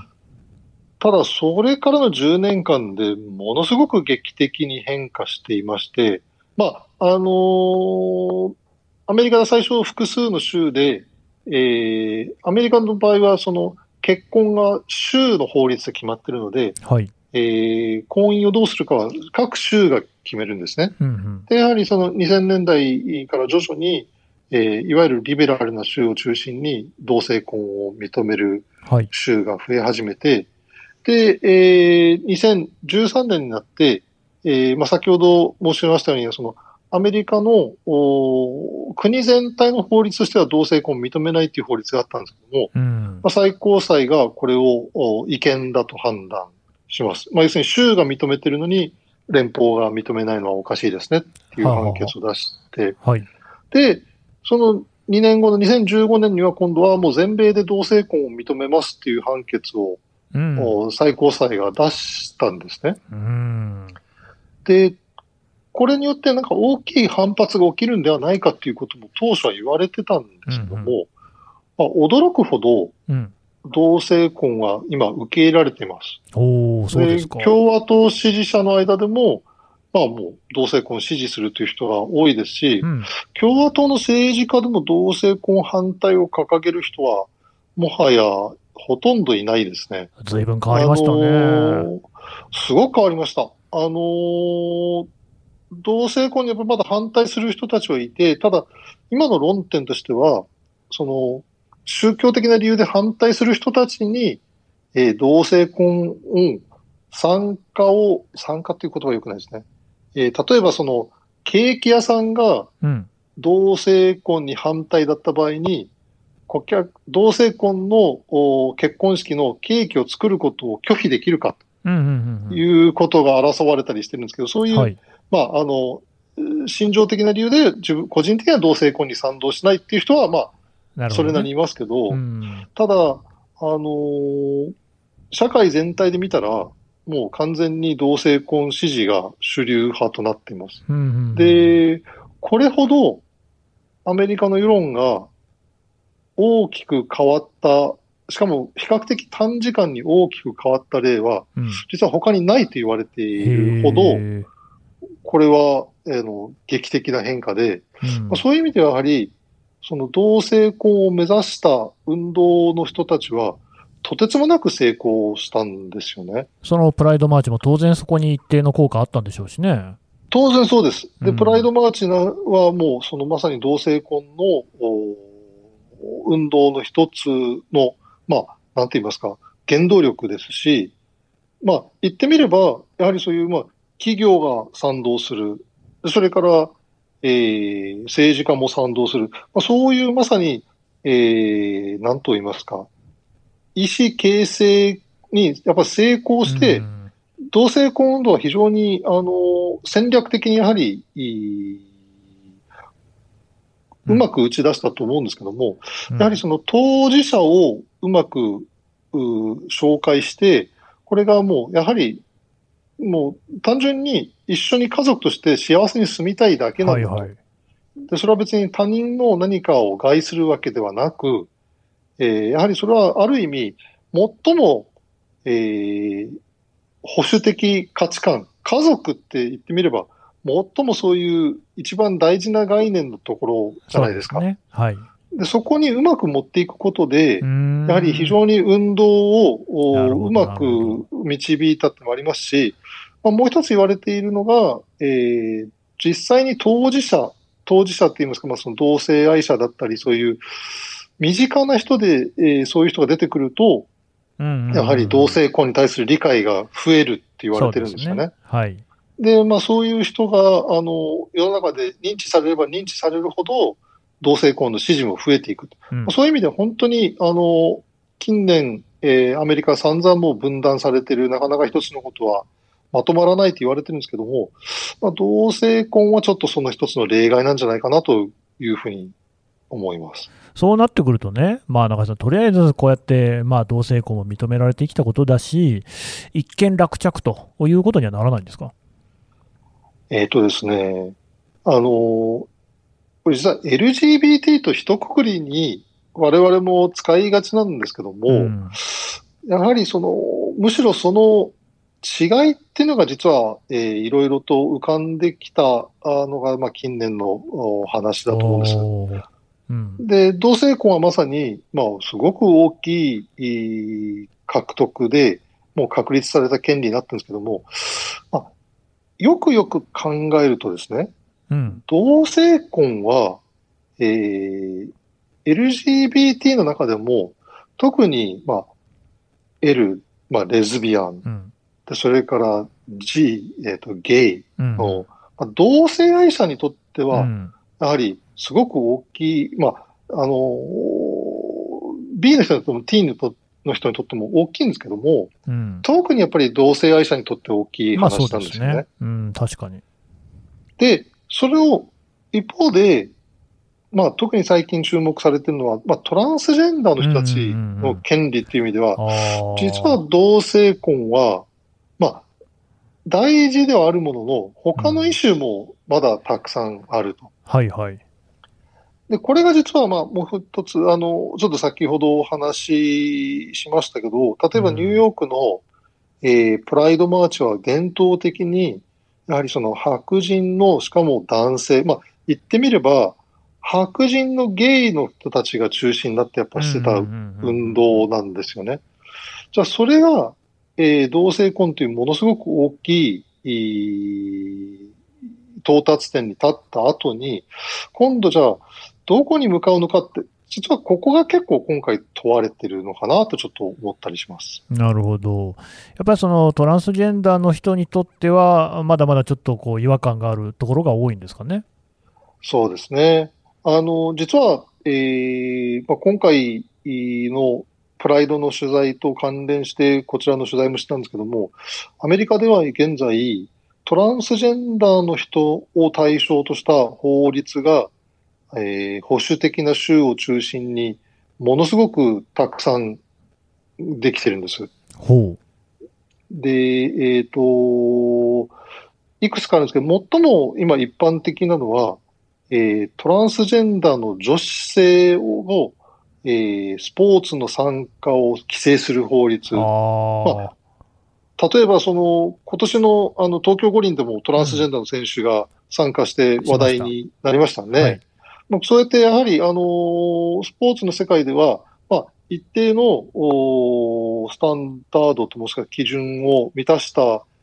ただ、それからのじゅうねんかんでものすごく劇的に変化していまして、まあ、あのー、アメリカが最初複数の州で、えー、アメリカの場合はその結婚が州の法律で決まっているので、はい、えー、婚姻をどうするかは各州が決めるんですね。うんうん、で、やはりそのにせんねんだいから徐々に、えー、いわゆるリベラルな州を中心に同性婚を認める州が増え始めて、はい、で、えー、にせんじゅうさんねんになって、えーまあ、先ほど申し上げましたように、そのアメリカの国全体の法律としては同性婚を認めないという法律があったんですけども、うんまあ、最高裁がこれを違憲だと判断します。まあ、要するに州が認めているのに連邦が認めないのはおかしいですねっていう判決を出して、はあはあはい、で、そのにねんごのにせんじゅうごねんには今度はもう全米で同性婚を認めますっていう判決を、うん、最高裁が出したんですね。うん、で、これによってなんか大きい反発が起きるんではないかということも当初は言われてたんですけども、うんうんまあ、驚くほど同性婚は今受け入れられています。 おー、そうですか。 で、共和党支持者の間でも、まあもう同性婚を支持するという人が多いですし、うん、共和党の政治家でも同性婚反対を掲げる人はもはやほとんどいないですね。 随分変わりましたね。あのー、 すごく変わりました。あのー同性婚にやっぱりまだ反対する人たちはいて、ただ、今の論点としては、その、宗教的な理由で反対する人たちに、えー、同性婚を、参加を、参加という言葉は良くないですね。えー、例えばその、ケーキ屋さんが、同性婚に反対だった場合に、顧客、同性婚の結婚式のケーキを作ることを拒否できるか、ということが争われたりしてるんですけど、そういう、はいまあ、あの、心情的な理由で自分、個人的には同性婚に賛同しないっていう人は、まあ、ね、それなりにいますけど、うん、ただ、あの、社会全体で見たら、もう完全に同性婚支持が主流派となっています。うんうん、で、これほどアメリカの世論が大きく変わった、しかも比較的短時間に大きく変わった例は、うん、実は他にないと言われているほど、これは、あの、劇的な変化で、うんまあ、そういう意味ではやはり、その同性婚を目指した運動の人たちは、とてつもなく成功したんですよね。 そのプライドマーチも当然そこに一定の効果あったんでしょうしね。 当然そうです。で、 うんプライドマーチはもうそのまさに同性婚のお運動の一つの、まあ、なんて言いますか、原動力ですし、まあ、言ってみれば、やはりそういう、まあ、企業が賛同する。それから、えー、政治家も賛同する。まあ、そういうまさに、えー、なんと言いますか、意思形成にやっぱ成功して、 うん同性婚運動は非常に、あの、戦略的にやはり、いいうまく打ち出したと思うんですけども、 うんやはりその当事者をうまくう紹介して、これがもうやはりもう単純に一緒に家族として幸せに住みたいだけなんだと。 はいはい。 で、それは別に他人の何かを害するわけではなく、えーやはりそれはある意味、最も、えー保守的価値観、家族って言ってみれば、最もそういう一番大事な概念のところじゃないですか。 そうですね。はい。 で、そこにうまく持っていくことで、 うーんやはり非常に運動をなるほどおうまなるほく導いたってのもありますし、まあ、もう一つ言われているのが、えー実際に当事者、当事者って言いますか、まあ、その同性愛者だったり、そういう身近な人で、えーそういう人が出てくると、 うんうんうんやはり同性婚に対する理解が増えるって言われてるんですよね。 そうですね。はい。 で、まあそういう人が、あの、世の中で認知されれば認知されるほど、同性婚の支持も増えていく。 うんそういう意味では本当に、あの、近年、えーアメリカ散々もう分断されている、なかなか一つのことはまとまらないと言われてるんですけども、まあ、同性婚はちょっとその一つの例外なんじゃないかなというふうに思います。 そうなってくるとね、まあ、中井さん、とりあえずこうやって、まあ、同性婚も認められてきたことだし、一見落着ということにはならないんですか？ えっとですね、あの、これ実は エルジービーティー と一括りに我々も使いがちなんですけども、 うんやはりその、むしろその違いっていうのが実は、えーいろいろと浮かんできたあのが、まあ、近年のお話だと思うんです。 おーうんで、同性婚はまさに、まあ、すごく大きいいい獲得で、もう確立された権利になってるんですけども、まあ、よくよく考えるとですね、 うん同性婚は、えー エルジービーティー の中でも、特に、まあ、L、まあ、レズビアン、 うんでそれから G、えっと、ゲイうんの、まあ、同性愛者にとっては、 うんやはりすごく大きい、まあ、あの、B の人にとっても T のとの人にとっても大きいんですけども、 うん特にやっぱり同性愛者にとって大きいまあそう話なんでですすよね。 ね。うん、確かに。 で、それを一方で、まあ特に最近注目されているのは、まあトランスジェンダーの人たちの権利っていう意味では、 あ実は同性婚は、まあ大事ではあるものの、他のイシューもまだたくさんあると。 はいはい。 で、これが実はまあもう一つ、あの、ちょっと先ほどお話ししましたけど、例えばニューヨークの、えープライドマーチは伝統的に、やはりその白人の、しかも男性、まあ言ってみれば、白人のゲイの人たちが中心になってやっぱしてた運動なんですよね。じゃあそれが、えー同性婚というものすごく大きい、いい到達点に立った後に、今度じゃあ、どこに向かうのかって、実はここが結構今回問われてるのかなとちょっと思ったりします。 なるほど。やっぱりそのトランスジェンダーの人にとっては、まだまだちょっとこう違和感があるところが多いんですかね。 そうですね。あの、実は、えーまあ、今回のプライドの取材と関連してこちらの取材もしたんですけども、アメリカでは現在、トランスジェンダーの人を対象とした法律が、えー保守的な州を中心にものすごくたくさんできてるんです。 ほで、えっと、いくつかあるんですけど、最も今一般的なのは、えートランスジェンダーの女子性を、えースポーツの参加を規制する法律。 う。ああ、 例えば、その、今年のあの東京五輪でもトランスジェンダーの選手が参加して話題になりましたね。 はいまあ、そうやってやはり、あのースポーツの世界では、まあ、一定のおースタンダードともしくは基準を満たした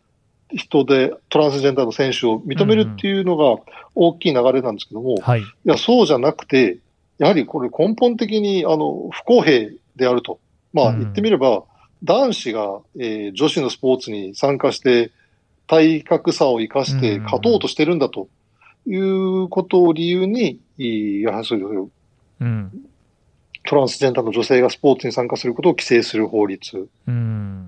人でトランスジェンダーの選手を認めるっていうのが大きい流れなんですけども、うんうん、はい、いやそうじゃなくて、やはりこれ根本的にあの不公平であると。まあ言ってみれば、うん、男子が、えー、女子のスポーツに参加して体格差を生かして勝とうとしてるんだということを理由に、やはりそういう、うん、トランスジェンダーの女性がスポーツに参加することを規制する法律。うん、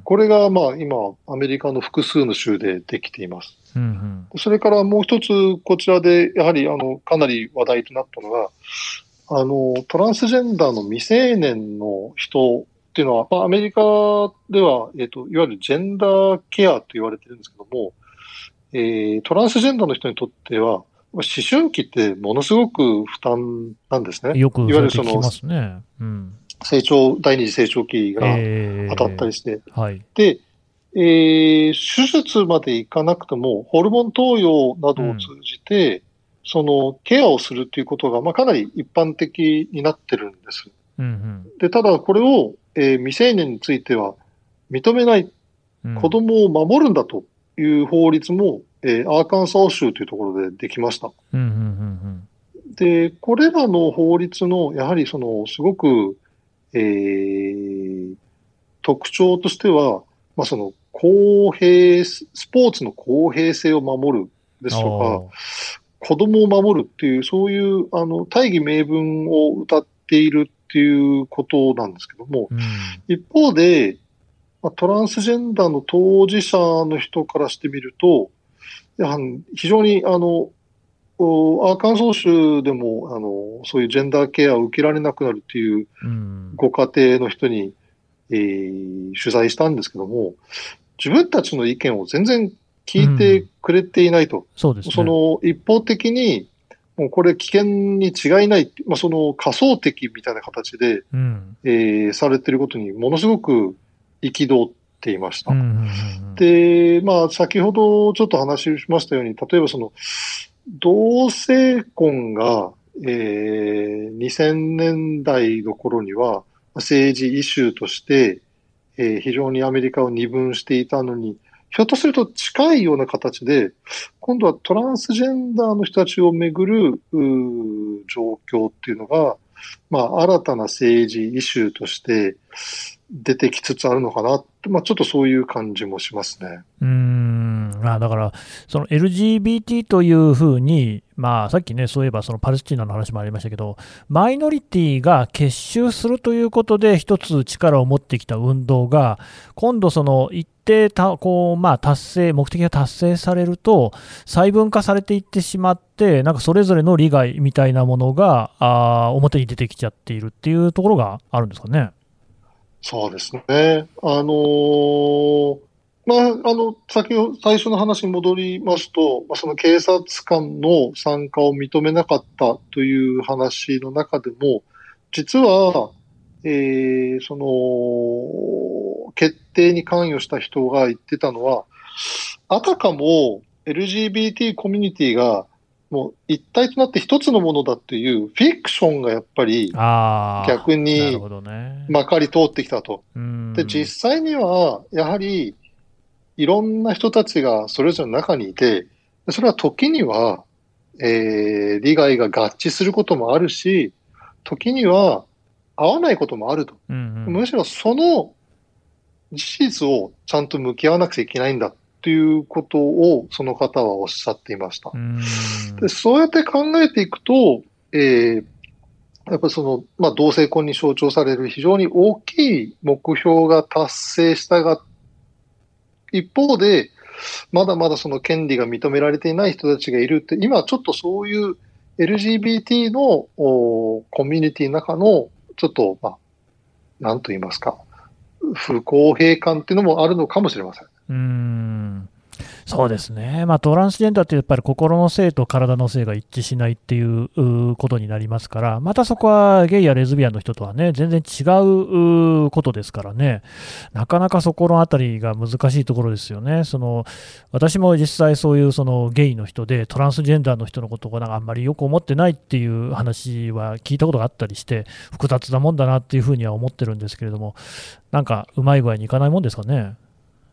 これがまあ今アメリカの複数の州でできています。うんうん、それからもう一つこちらでやはりあのかなり話題となったのが、あのトランスジェンダーの未成年の人っていうのは、まあ、アメリカでは、えっと、いわゆるジェンダーケアと言われてるんですけども、えー、トランスジェンダーの人にとっては、思春期ってものすごく負担なんですね。 よくいわゆるその、ねうん、 成長、第二次成長期が当たったりして。 えーはい、 で、えー、手術までいかなくても、ホルモン投与などを通じて、うん、そのケアをするということが、まあ、かなり一般的になってるんです。うんうん、でただ、これを、えー、未成年については認めない、子供を守るんだという法律も、えー、アーカンソー州というところでできました。うんうんうんうん、で、これらの法律の、やはりその、すごく、えー、特徴としては、まあ、その、公平、スポーツの公平性を守るですとか、子供を守るっていう、そういう、あの、大義名分を謳っているっていうことなんですけども、うん、一方で、まあ、トランスジェンダーの当事者の人からしてみると、やはり非常に、あの、アーカンソー州でも、あの、そういうジェンダーケアを受けられなくなるっていうご家庭の人に、えー、取材したんですけども、自分たちの意見を全然聞いてくれていないと。うん、そうですね。その一方的に、もうこれ危険に違いない、まあ、その仮想敵みたいな形で、うんえー、されていることにものすごく憤っていました。うんうんうん、で、まあ、先ほどちょっと話しましたように、例えばその、同性婚が、えー、にせんねんだいの頃には政治イシューとして、えー、非常にアメリカを二分していたのに、ひょっとすると近いような形で、今度はトランスジェンダーの人たちをめぐる状況っていうのが、まあ、新たな政治イシューとして出てきつつあるのかなって、まあ、ちょっとそういう感じもしますね。 うーんあだから、その エルジービーティー というふうに、まあ、さっきね、そういえばそのパレスチナの話もありましたけど、マイノリティが結集するということで、一つ力を持ってきた運動が、今度、その一定たこう、まあ、達成、目的が達成されると、細分化されていってしまって、なんかそれぞれの利害みたいなものがあ表に出てきちゃっているっていうところがあるんですかね。 そうですね。あのーまあ、あの、先ほど、最初の話に戻りますと、まあ、その警察官の参加を認めなかったという話の中でも、実は、えー、その、決定に関与した人が言ってたのは、あたかも エルジービーティー コミュニティがもう一体となって一つのものだっていうフィクションがやっぱり逆にまかり通ってきたと。で、実際にはやはりいろんな人たちがそれぞれの中にいて、それは時には、えー、利害が合致することもあるし、時には合わないこともあると。うんうん、むしろその事実をちゃんと向き合わなくちゃいけないんだということをその方はおっしゃっていました。うんでそうやって考えていくと、えー、やっぱりその、まあ、同性婚に象徴される非常に大きい目標が達成したが、一方で、まだまだその権利が認められていない人たちがいるって、今ちょっとそういう エルジービーティー のコミュニティの中の、ちょっと、まあ、なんと言いますか、不公平感っていうのもあるのかもしれません。 うーんそうですね、まあ、トランスジェンダーってやっぱり心の性と体の性が一致しないっていうことになりますから、またそこはゲイやレズビアンの人とはね、全然違うことですからね、なかなかそこのあたりが難しいところですよね。その私も実際そういうそのゲイの人でトランスジェンダーの人のことをなんかあんまりよく思ってないっていう話は聞いたことがあったりして、複雑なもんだなっていうふうには思ってるんですけれども、なんかうまい具合にいかないもんですかね。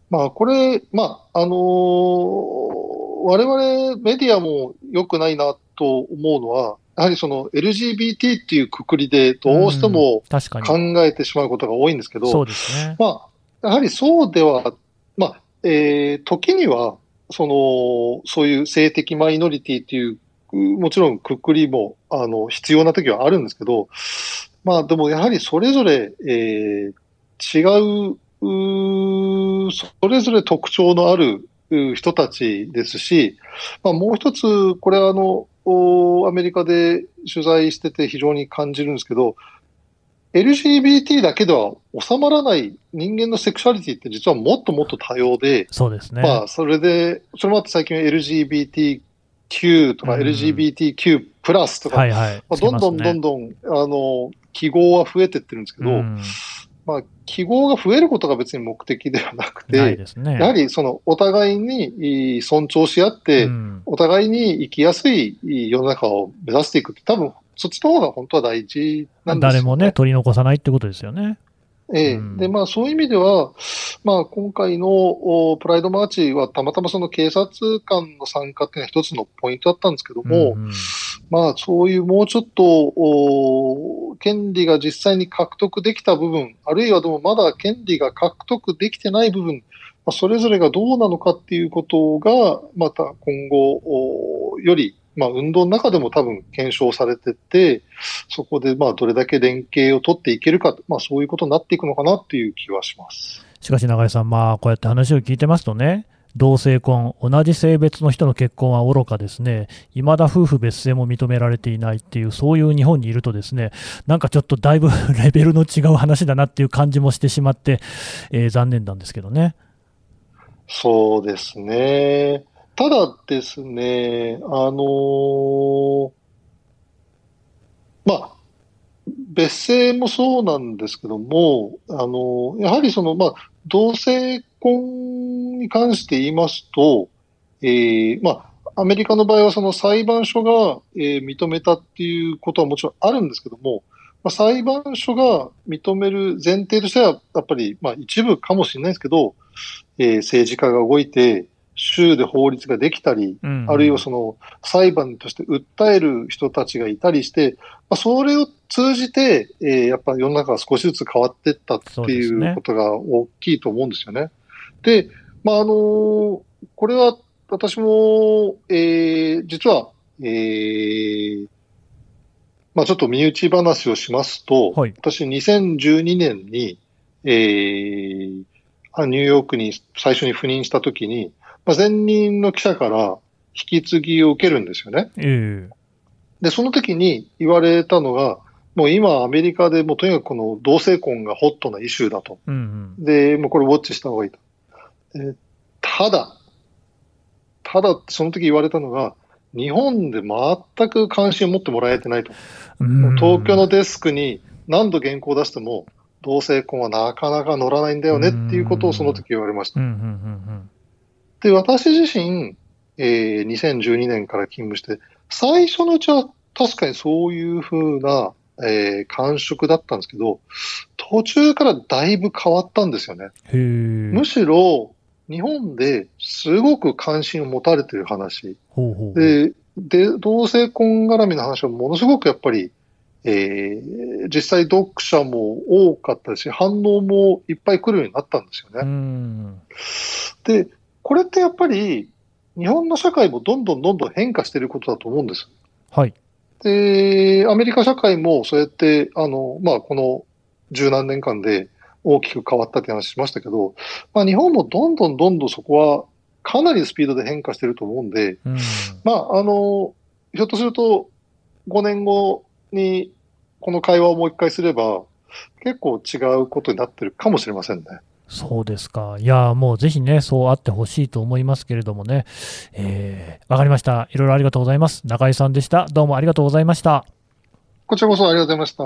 まあ、これ、まあ、あのー、我々メディアも良くないなと思うのは、やはりその エルジービーティー っていうくくりでどうしても考えてしまうことが多いんですけど、 そうですね。 まあ、やはりそうでは、まあ、えー、時には、その、そういう性的マイノリティっていう、もちろんくくりも、あの、必要な時はあるんですけど、まあ、でもやはりそれぞれ、えー、違う、うそれぞれ特徴のある人たちですし、まあ、もう一つ、これはあの、アメリカで取材してて非常に感じるんですけど、エルジービーティー だけでは収まらない人間のセクシュアリティって実はもっともっと多様で、 そうですね。 まあ、それで、それもあって最近は エルジービーティーキュー とか エルジービーティーキュー プラスとか、 はいはい、 まあ、どんどんどんどん、あの、記号は増えてってるんですけど、まあ、記号が増えることが別に目的ではなくて、 ないですね。 やはりそのお互いに尊重し合って、うん、お互いに生きやすい世の中を目指していくって、多分そっちの方が本当は大事なんですよね。 誰もね、取り残さないってことですよね。 ええ、うん、で、まあそういう意味では、まあ今回のプライドマーチはたまたまその警察官の参加っていうのは一つのポイントだったんですけども、うんうん、まあそういうもうちょっと権利が実際に獲得できた部分、あるいはでもまだ権利が獲得できてない部分、まあ、それぞれがどうなのかっていうことが、また今後よりまあ、運動の中でも多分検証されてて、そこでまあどれだけ連携を取っていけるか、まあ、そういうことになっていくのかなっていう気はします。 しかし永井さん、まあ、こうやって話を聞いてますとね、同性婚、同じ性別の人の結婚は愚かですね、いまだ夫婦別姓も認められていないっていう、そういう日本にいるとですね、なんかちょっとだいぶレベルの違う話だなっていう感じもしてしまって、えー、残念なんですけどね。 そうですね。ただですね、あのー、まあ、別姓もそうなんですけども、あのー、やはりその、まあ、同性婚に関して言いますと、えー、まあ、アメリカの場合はその裁判所が、えー、認めたっていうことはもちろんあるんですけども、まあ、裁判所が認める前提としては、やっぱり、まあ、一部かもしれないですけど、えー、政治家が動いて、州で法律ができたり、うんうん、あるいはその裁判として訴える人たちがいたりして、まあ、それを通じて、えー、やっぱり世の中が少しずつ変わっていったっていうことが大きいと思うんですよね。で、まあ、あのー、これは私も、えー、実は、えー、まあちょっと身内話をしますと、はい、私にせんじゅうにねんに、えー、ニューヨークに最初に赴任したときに、まあ、前任の記者から引き継ぎを受けるんですよね。 えー、 で、その時に言われたのが、もう今アメリカでもうとにかくこの同性婚がホットなイシューだと。 うんうん、 で、もうこれウォッチした方がいいと。えただ、ただその時言われたのが、日本で全く関心を持ってもらえてないと。東京のデスクに何度原稿を出しても、同性婚はなかなか乗らないんだよねっていうことをその時言われました。 うんうんうんうんで、私自身、えー、にせんじゅうにねんから勤務して、最初のうちは確かにそういうふうな、えー、感触だったんですけど、途中からだいぶ変わったんですよね。 へー。 むしろ、日本ですごく関心を持たれている話。 ほうほうほう。 で、で、同性婚絡みの話はものすごくやっぱり、えー、実際読者も多かったし、反応もいっぱい来るようになったんですよね。 うんで、これってやっぱり日本の社会もどんどんどんどん変化していることだと思うんです。 はい。 で、アメリカ社会もそうやって、あの、まあ、この十何年間で大きく変わったって話しましたけど、まあ、日本もどんどんどんどんそこはかなりスピードで変化していると思うんで、 うん、 まあ、あの、ひょっとするとごねんごにこの会話をもう一回すれば、結構違うことになってるかもしれませんね。 そうですか。いや、もうぜひね、そうあってほしいと思いますけれどもね。えー、わかりました。いろいろありがとうございます。中井さんでした。どうもありがとうございました。 こちらこそありがとうございました。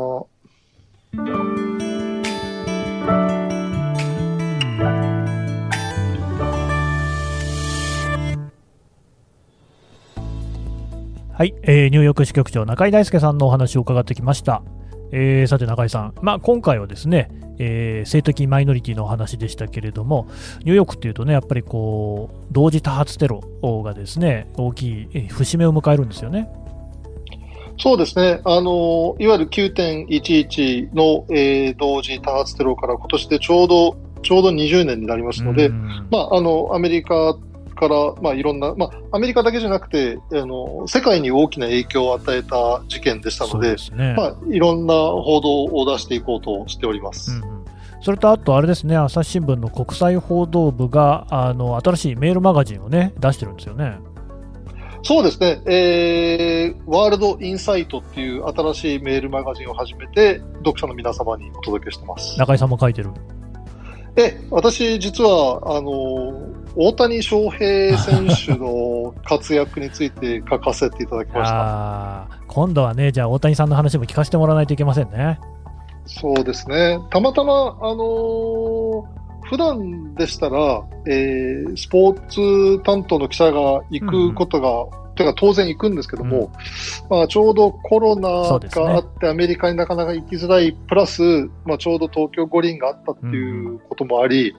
はい、えー、ニューヨーク支局長中井大輔さんのお話を伺ってきました。 えー、さて中井さん、まあ、今回はですね、えー、性的マイノリティのお話でしたけれども、ニューヨークっていうとね、やっぱりこう同時多発テロがですね、大きい節目を迎えるんですよね。 そうですね、あのいわゆる きゅうてんいちいち の、えー、同時多発テロから今年でちょうどちょうどにじゅうねんになりますので、まあ、あのアメリカから、まあ、いろんな、まあ、アメリカだけじゃなくてあの世界に大きな影響を与えた事件でしたの で, で、ね、まあ、いろんな報道を出していこうとしております。うん、 それとあとあれですね、朝日新聞の国際報道部があの新しいメールマガジンを、ね、出してるんですよね。 そうですね、えー、ワールドインサイトっていう新しいメールマガジンを始めて読者の皆様にお届けしてます。 中井さんも書いてる？ え私実はあの大谷翔平選手の活躍について書かせていただきましたあ今度はね、じゃあ大谷さんの話も聞かせてもらわないといけませんね。 そうですね、たまたまあのー普段でしたら、えー、スポーツ担当の記者が行くことが、うん、てか当然行くんですけども、うんまあ、ちょうどコロナがあってアメリカになかなか行きづらいプラス、まあ、ちょうど東京五輪があったっていうこともあり、うん、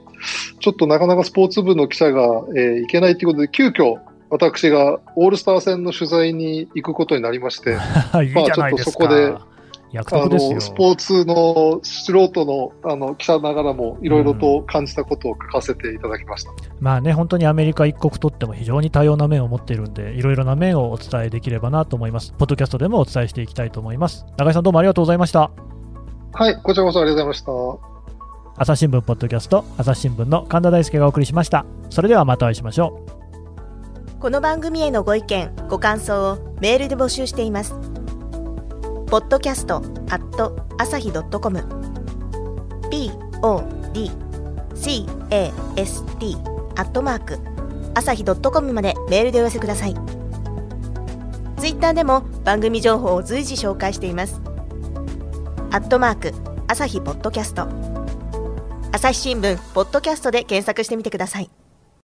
ちょっとなかなかスポーツ部の記者が、えー、行けないということで急遽私がオールスター戦の取材に行くことになりましていいじゃないですか。まあ、ちょっとそこで約束ですよ。 あのスポーツの素人 の, あの記者ながらもいろいろと感じたことを書かせていただきました。うん、 まあね、本当にアメリカ一国とっても非常に多様な面を持っているんで、いろいろな面をお伝えできればなと思います。ポッドキャストでもお伝えしていきたいと思います。中井さんどうもありがとうございました。 はい、こちらこそありがとうございました。 朝日新聞ポッドキャスト、朝日新聞の神田大輔がお送りしました。それではまたお会いしましょう。この番組へのご意見ご感想をメールで募集しています。ポッドキャストアットアサヒドットコム ピーオーディーキャスト アットマークアサヒドットコムまでメールでお寄せください。ツイッターでも番組情報を随時紹介しています。アットマークアサヒポッドキャスト、朝日新聞ポッドキャストで検索してみてください。